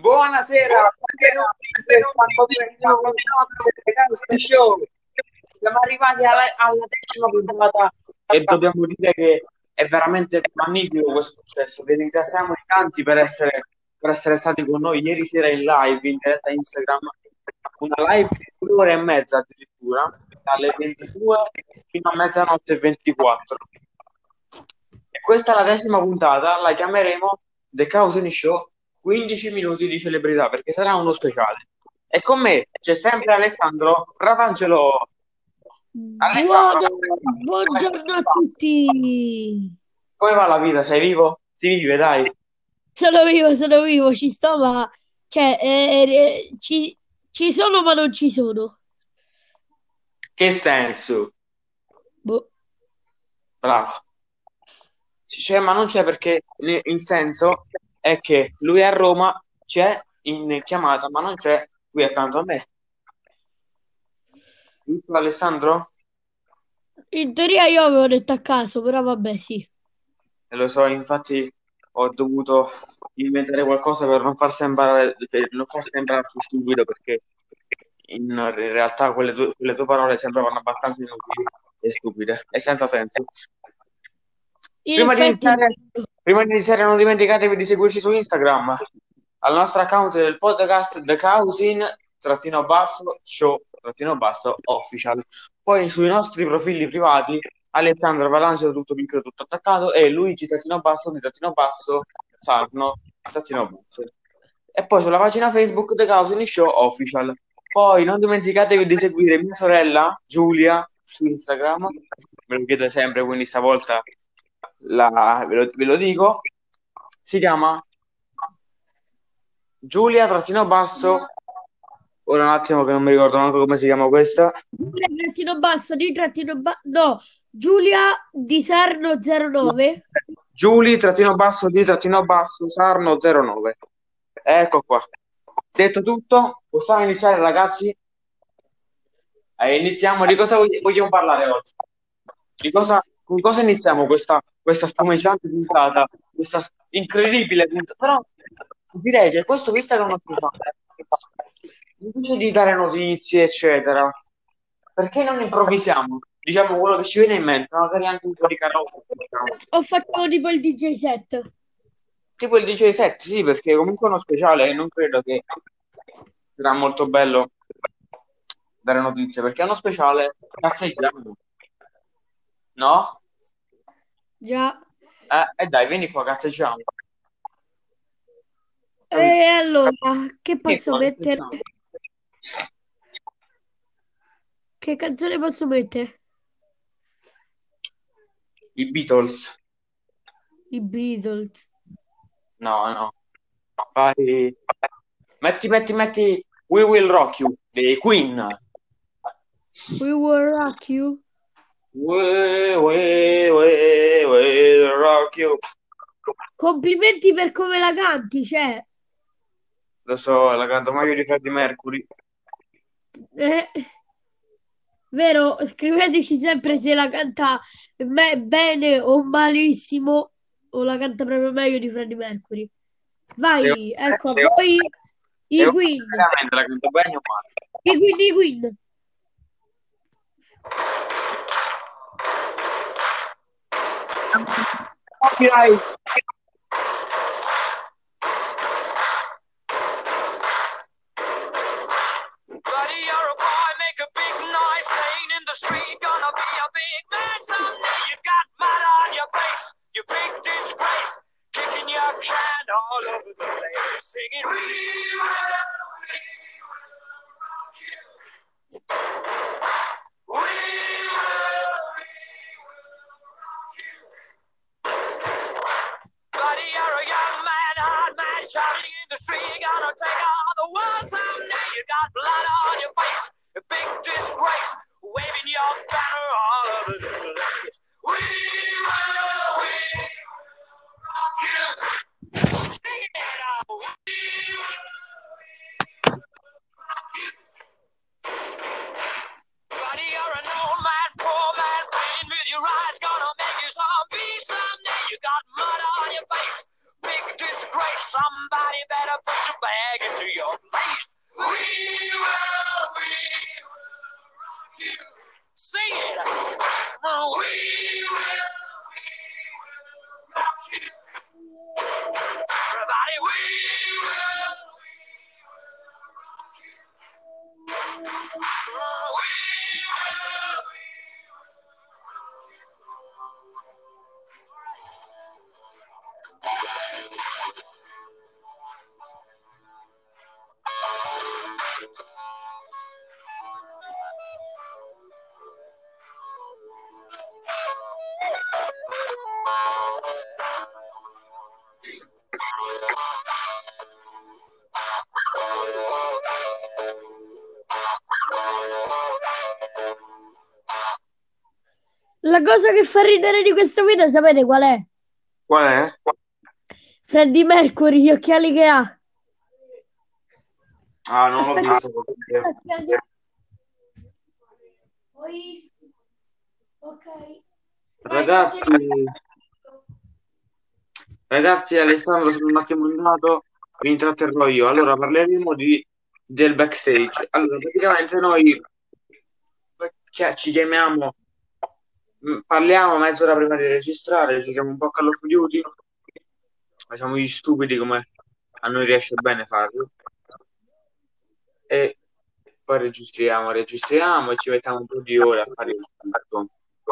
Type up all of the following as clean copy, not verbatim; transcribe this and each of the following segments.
Buonasera, benvenuti in questa nuovissima puntata del Caos Show. Siamo arrivati alla decima puntata e dobbiamo dire che è veramente magnifico questo successo. Vi ringraziamo in tanti per essere stati con noi ieri sera in live, in diretta Instagram, una live di 2 ore e mezza addirittura, dalle 22 fino a mezzanotte e 24. E questa è la decima puntata, la chiameremo The Chaos Show 15 minuti di celebrità, perché sarà uno speciale. E con me c'è sempre Alessandro Fratangelo. Alessandro, come Buongiorno a tutti. va la vita? Sei vivo? Si vive, dai. Sono vivo, ci sto, ma cioè, ci sono, ma non ci sono. Che senso? Boh. Bravo. C'è, ma non c'è perché il senso è che lui è a Roma, c'è in chiamata, ma non c'è qui accanto a me. Giusto, Alessandro? In teoria io avevo detto a caso, però vabbè, sì. Lo so, infatti ho dovuto inventare qualcosa per non far sembrare più stupido, perché in realtà quelle tue parole sembravano abbastanza inutili e stupide e senza senso. In Prima di effetti, iniziare, prima di iniziare non dimenticatevi di seguirci su Instagram, al nostro account del podcast The Causin _ show _ official. Poi sui nostri profili privati Alessandro Valancio tutto piccolo tutto attaccato e Luigi _ Sarno _ e poi sulla pagina Facebook The Causin Show Official. Poi non dimenticatevi di seguire mia sorella Giulia su Instagram, me lo chiede sempre, quindi stavolta ve lo dico, si chiama Giulia trattino basso, ora un attimo che non mi ricordo manco come si chiama questa, Giulia trattino basso, di trattino basso, no, Giulia di Sarno 09. Giulia trattino basso di trattino basso Sarno 09. Ecco qua. Detto tutto, possiamo iniziare ragazzi? Iniziamo, di cosa vogliamo parlare oggi? Con cosa iniziamo questa spumeggiante puntata, questa incredibile puntata? Però direi che questo, visto che è uno speciale, invece di dare notizie, eccetera, perché non improvvisiamo? Diciamo quello che ci viene in mente, magari anche un po' di karaoke, diciamo. O facciamo tipo il DJ set. Tipo il DJ set, sì, perché comunque è uno speciale e non credo che sarà molto bello dare notizie, perché è uno speciale, cazzeggiamo, no? Già. Dai, vieni qua, cazzeggiamo. Capito? E allora, che Vieni posso qua, mettere? cazzeggiamo. Che canzone posso mettere? I Beatles. I Beatles. No, no. Fai... Metti We Will Rock You dei Queen. We Will Rock You. We will rock you. Complimenti per come la canti, cioè, Lo so, la canto meglio di Freddie Mercury. eh, vero? Scriveteci sempre se la canta bene o malissimo, o la canta proprio meglio di Freddie Mercury. Secondo Vai, ecco, a secondo voi i secondo Queen. me veramente la canto bene o male? I Queen, i Queen. Copyright. Buddy, you're a boy, make a big noise, playing in the street, gonna be a big man someday. You got mud on your face, you big disgrace, kicking your can all over the place, singing, we will rock you. We will rock you. Buddy, you're a young man, hard man, shouting in the street, gonna take all the world someday. You got blood on your face, a big disgrace, waving your banner all over the place. We will rock you. Sing it now. We will rock you. Buddy, you're an old man, poor man, playing with your eyes, gonna make you zombie someday. You got mud on your face, big disgrace, somebody better put your bag into your place. We will rock you. Sing it. We will rock you. Everybody, we will rock you. We will. La cosa che fa ridere di questo video, sapete qual è? Qual è? Freddie Mercury, gli occhiali che ha. Ah, non l'ho visto. Poi, ok. Ragazzi, Alessandro, sono un attimo andato, vi intratterrò io. Allora, parleremo del backstage. Allora, praticamente noi ci chiamiamo, parliamo mezz'ora prima di registrare, ci chiamiamo un po' Call of Duty, facciamo gli stupidi come a noi riesce bene farlo, e poi registriamo e ci mettiamo un po' di ore a fare il tutto.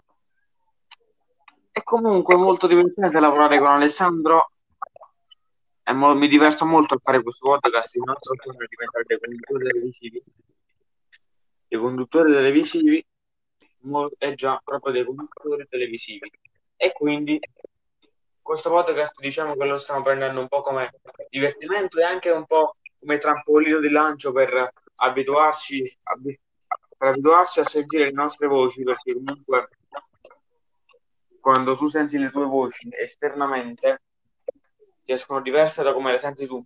È comunque molto divertente lavorare con Alessandro. Mi diverto molto a fare questo podcast. Il nostro sogno è diventare dei conduttori televisivi. I conduttori televisivi è già proprio dei conduttori televisivi. E quindi questo podcast diciamo che lo stiamo prendendo un po' come divertimento e anche un po' come trampolino di lancio per abituarci a sentire le nostre voci, perché comunque quando tu senti le tue voci esternamente ti escono diverse da come le senti tu.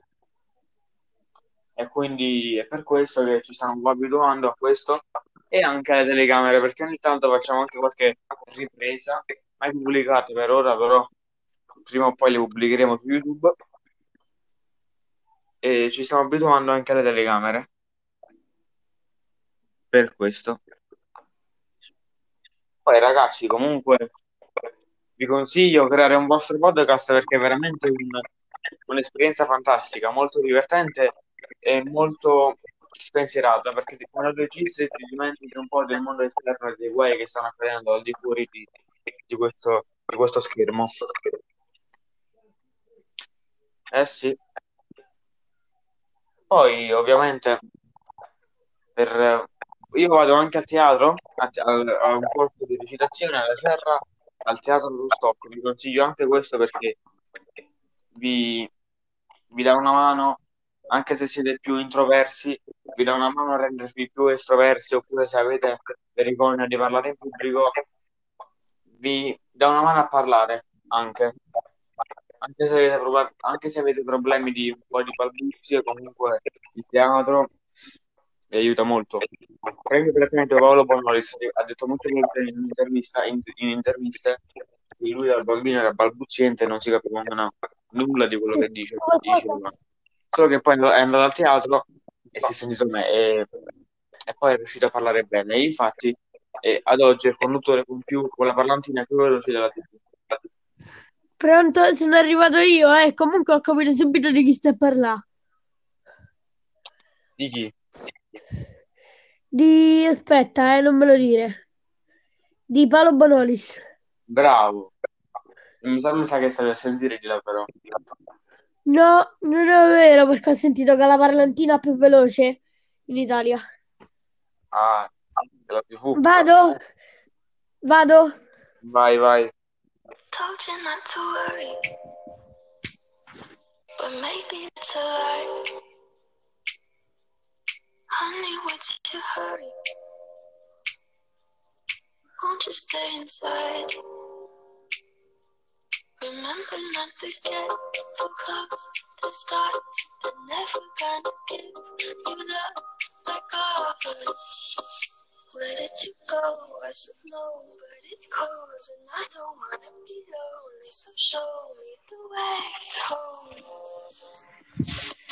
E quindi è per questo che ci stiamo un po' abituando a questo, e anche alle telecamere, perché ogni tanto facciamo anche qualche ripresa, mai pubblicate per ora, però prima o poi le pubblicheremo su YouTube, e ci stiamo abituando anche alle telecamere per questo. Poi ragazzi, comunque vi consiglio creare un vostro podcast, perché è veramente un'esperienza fantastica, molto divertente e molto spensierata, perché quando registri ti dimentichi un po' del mondo esterno e dei guai che stanno accadendo al di fuori di questo schermo. Eh sì. Poi ovviamente io vado anche al teatro, a un corso di recitazione alla Serra, al Teatro dello Stocco. Vi consiglio anche questo perché vi, vi dà una mano, anche se siete più introversi, vi dà una mano a rendervi più estroversi, oppure se avete vergogna di parlare in pubblico, vi dà una mano a parlare anche. Anche se avete problemi di un po' di balbuzie, comunque il teatro vi aiuta molto. Prendo per esempio Paolo Bonolis, ha detto molte volte in interviste che lui da bambino era balbuziente e non si capiva nulla di quello che diceva. Solo che poi è andato al teatro e si è sentito me, e poi è riuscito a parlare bene. E infatti ad oggi è il conduttore con la parlantina più veloce della TV. Pronto? Sono arrivato io, comunque ho capito subito di chi stai parlando. Di chi? Aspetta, non me lo dire. Di Paolo Bonolis. Bravo. Mi sa che stavi a sentire di là però. No, non è vero, perché ho sentito che la parlantina più veloce in Italia. Ah, della TV. Vado? Vado? Vai, vai. Told you not to worry, but maybe it's a lie. Honey, what's your hurry? Won't you stay inside? Remember not to get too close to start. They're never gonna give you love like ours. Where did you go? I should know, but it's cold and I don't wanna be lonely. So show me the way home.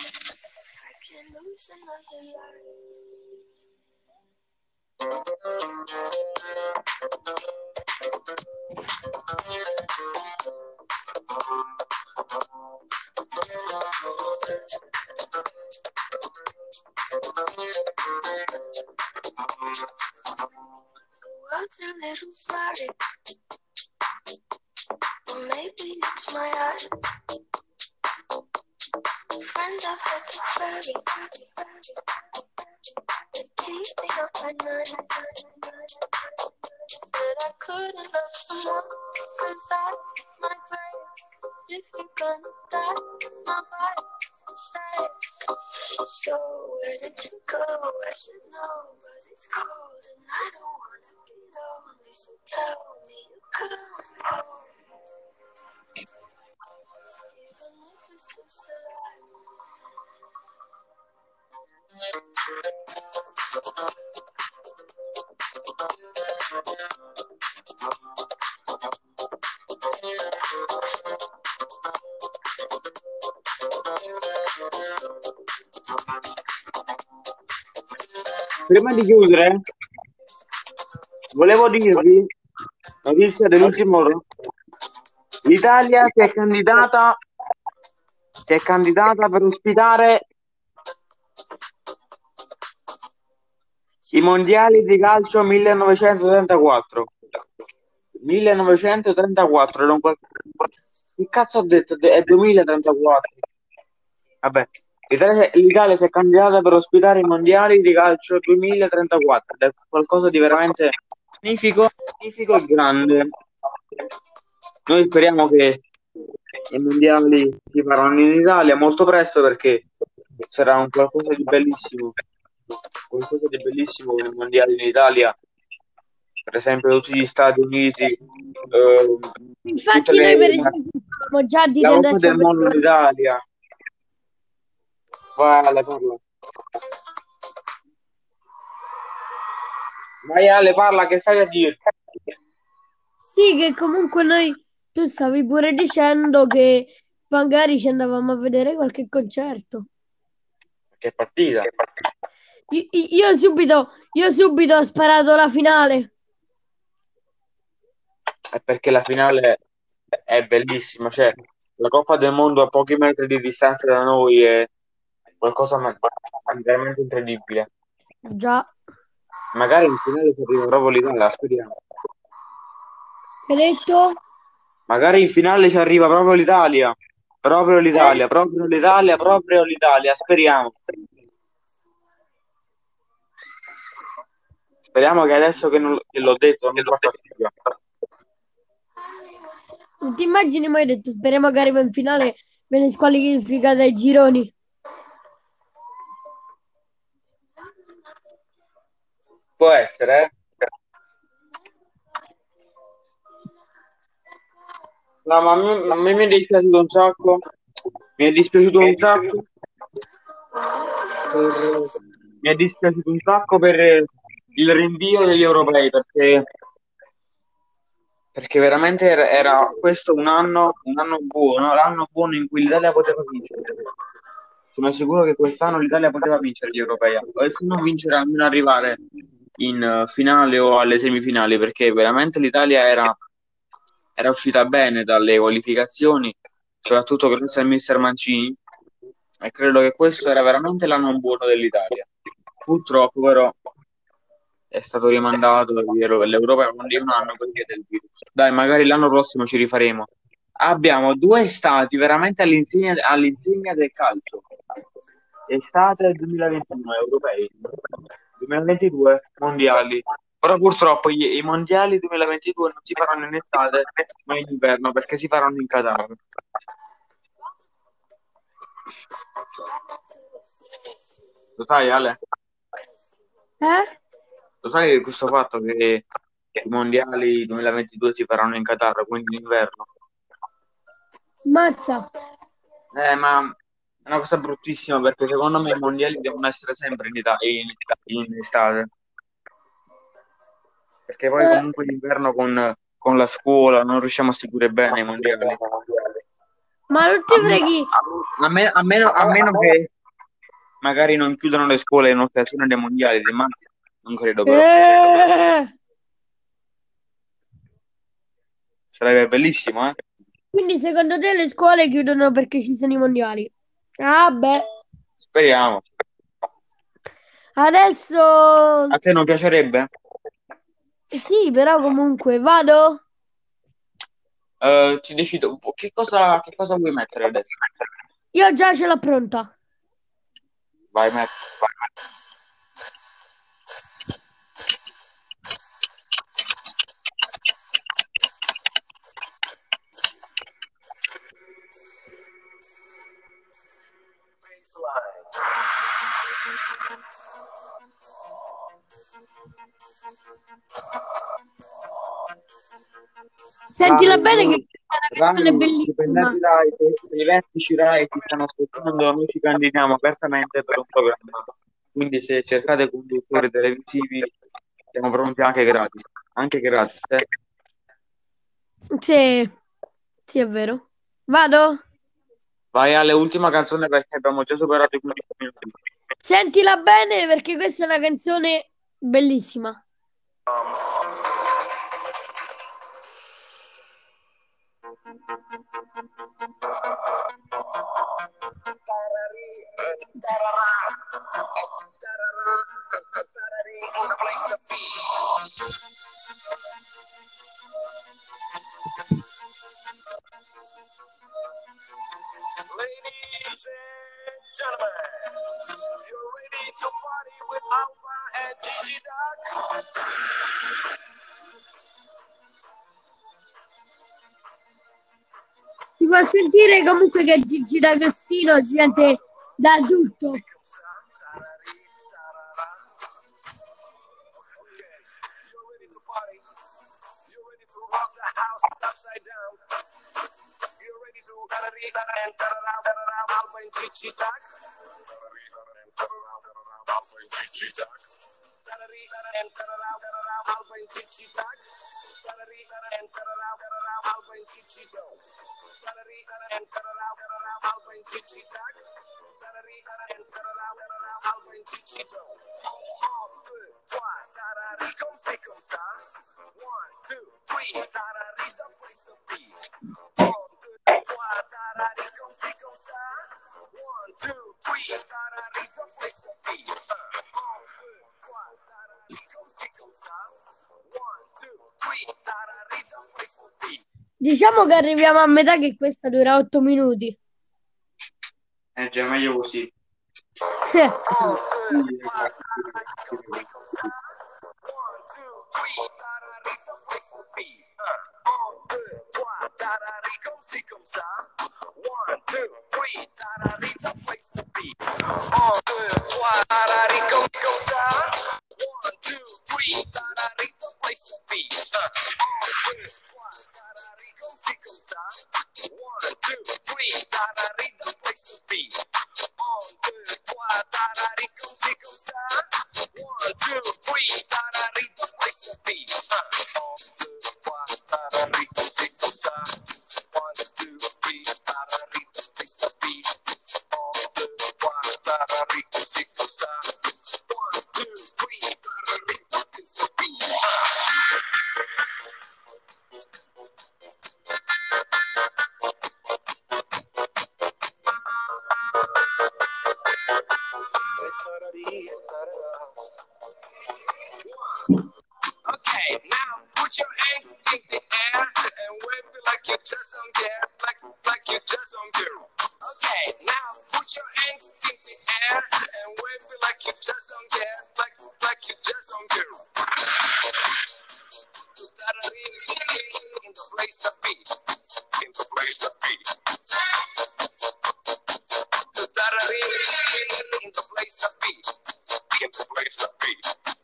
Words a little flurry, or maybe it's my eyes. Friends I've had to bury, they keep me up at night. Said I couldn't love someone, 'cause I might break. If you're gonna die, my body will stay. So where did you go? I should know, but it's cold and I don't wanna be lonely. So tell me you come home, even if it's just a lie. Prima di chiudere, volevo dirvi, notizia dell'ultimo oro, l'Italia si è candidata per ospitare i mondiali di calcio 1934. 1934, non qual- che cazzo ho detto? È 2034. Vabbè, l'Italia si è candidata per ospitare i mondiali di calcio 2034 ed è qualcosa di veramente magnifico e grande. Noi speriamo che i mondiali si faranno in Italia molto presto perché sarà un qualcosa di bellissimo. Qualcosa di bellissimo con i mondiali in Italia, per esempio tutti gli Stati Uniti, Infatti noi per esempio stavamo già di la Coppa andarci a del Mondo in vedere. Italia. Vai Ale, parla. Vai Ale, parla, che stai a dire? Sì, che comunque tu stavi pure dicendo che magari ci andavamo a vedere qualche concerto. Che partita? Io subito ho sparato la finale. È perché la finale è bellissima, cioè la Coppa del Mondo a pochi metri di distanza da noi è qualcosa di veramente incredibile. Già. Magari in finale ci arriva proprio l'Italia, speriamo. Che hai detto? Magari in finale ci arriva proprio l'Italia. Proprio l'Italia, proprio l'Italia, proprio l'Italia, speriamo. Speriamo che adesso che l'ho detto non mi porta a figa. Non ti immagini mai detto speriamo che arriva in finale viene squalificata dai gironi. Può essere, eh? No, ma a me mi è dispiaciuto un sacco. Mi è dispiaciuto un sacco. Mi è dispiaciuto un sacco per il rinvio degli europei perché veramente era questo un anno buono, l'anno buono in cui l'Italia poteva vincere. Sono sicuro che quest'anno l'Italia poteva vincere gli europei, e se non vincere almeno arrivare in finale o alle semifinali, perché veramente l'Italia era uscita bene dalle qualificazioni, soprattutto grazie al mister Mancini, e credo che questo era veramente l'anno buono dell'Italia. Purtroppo però è stato rimandato l'Europa di un anno per via del virus. Dai, magari l'anno prossimo ci rifaremo. Abbiamo due stati veramente all'insegna del calcio. Estate 2021 europei, 2022 mondiali. Però purtroppo i mondiali 2022 non si faranno in estate, ma in inverno perché si faranno in Qatar. Lo sai, Ale? Lo sai questo fatto che i mondiali 2022 si faranno in Qatar, quindi in inverno? Mazza. Ma è una cosa bruttissima perché secondo me i mondiali devono essere sempre in estate. Perché poi comunque l'inverno con la scuola non riusciamo a seguire bene i mondiali. Ma non ti freghi. A meno che magari non chiudono le scuole in occasione dei mondiali, ma non credo però. Sarebbe bellissimo, eh? Quindi secondo te le scuole chiudono perché ci sono i mondiali? Ah, beh. Speriamo. Adesso A te non piacerebbe? sì, però comunque vado. Ti decido, che cosa vuoi mettere adesso? Io già ce l'ho pronta. Vai, metti. Sentila Rai, bene che questa è una canzone Rai, bellissima. dipendenti Rai, i vertici Rai ti stanno ascoltando, noi ci candidiamo apertamente per un programma. Quindi se cercate conduttori televisivi, siamo pronti anche gratis. Anche gratis, eh. Sì, sì, è vero. Vado? Vai alle ultima canzone perché abbiamo già superato i 15 minuti. Sentila bene perché questa è una canzone bellissima. Ladies and gentlemen, you're ready to party with Alpha and Gigi Duck? Si può sentire comunque che Gigi D'Agostino si sente da adulto. You're ready to party. You're ready to rock the house upside down. You're ready to Alpha and Gigi Duck? Alpha and Gigi Duck. Alpha and Gigi Duck. Alpha and Gigi Duck. Comme c'est comme ça. 1, 2, 3, tarari, the place to be. 1, 2, 3, tarari, comme c'est comme ça. 1, 2, 3, tarari, the place to be. 1, 2, 3, tarari, comme c'est comme ça. 1, 2, 3, tarari, the place to be. Diciamo che arriviamo a metà che questa dura 8 minuti. Già meglio così. Okay, now put your hands in the air and wave it like you just don't care, like you just don't care. Okay, now put your hands in the air and wave it like you just don't care, like you just don't care. In the place to be, in the place to be. In the place to be, in the place to be.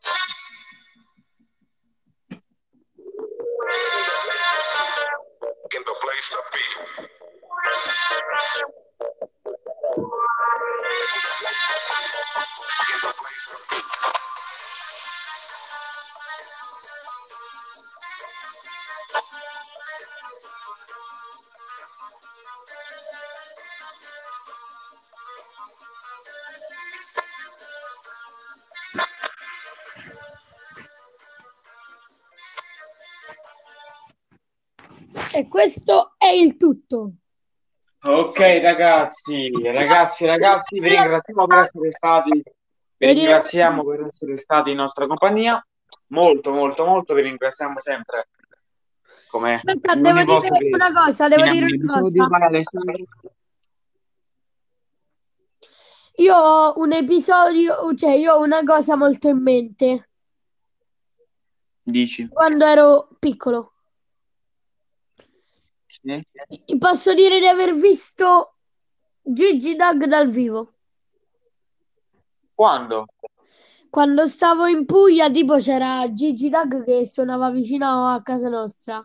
In the place to be. In the place to be. E questo è il tutto. Ok, ragazzi, vi ringraziamo per essere stati, vi ringraziamo per essere stati in nostra compagnia. Molto, molto, molto, vi ringraziamo sempre. Come Aspetta, in devo ogni dire volta che una cosa, devo finiamo dire un una episodio, cosa. vai Alessandro. Io ho un episodio, cioè io ho una cosa molto in mente Dici? quando ero piccolo. Sì? Posso dire di aver visto Gigi Doug dal vivo. Quando? Quando stavo in Puglia, tipo c'era Gigi Doug che suonava vicino a casa nostra.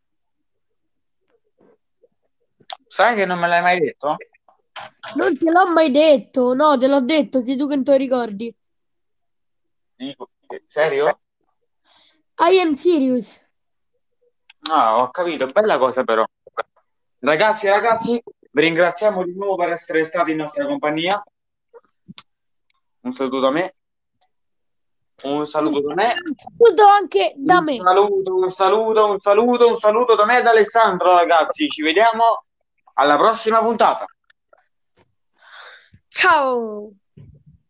Sai che non me l'hai mai detto? Non te l'ho mai detto, no, te l'ho detto, sei tu che non te lo ricordi. Dico, serio? I am serious. Ah, ho capito, bella cosa però. Ragazzi e ragazzi, vi ringraziamo di nuovo per essere stati in nostra compagnia. Un saluto da me, un saluto da me, Un saluto anche da un me. saluto, un saluto, un saluto, un saluto da me ed Alessandro, ragazzi. Ci vediamo alla prossima puntata. Ciao.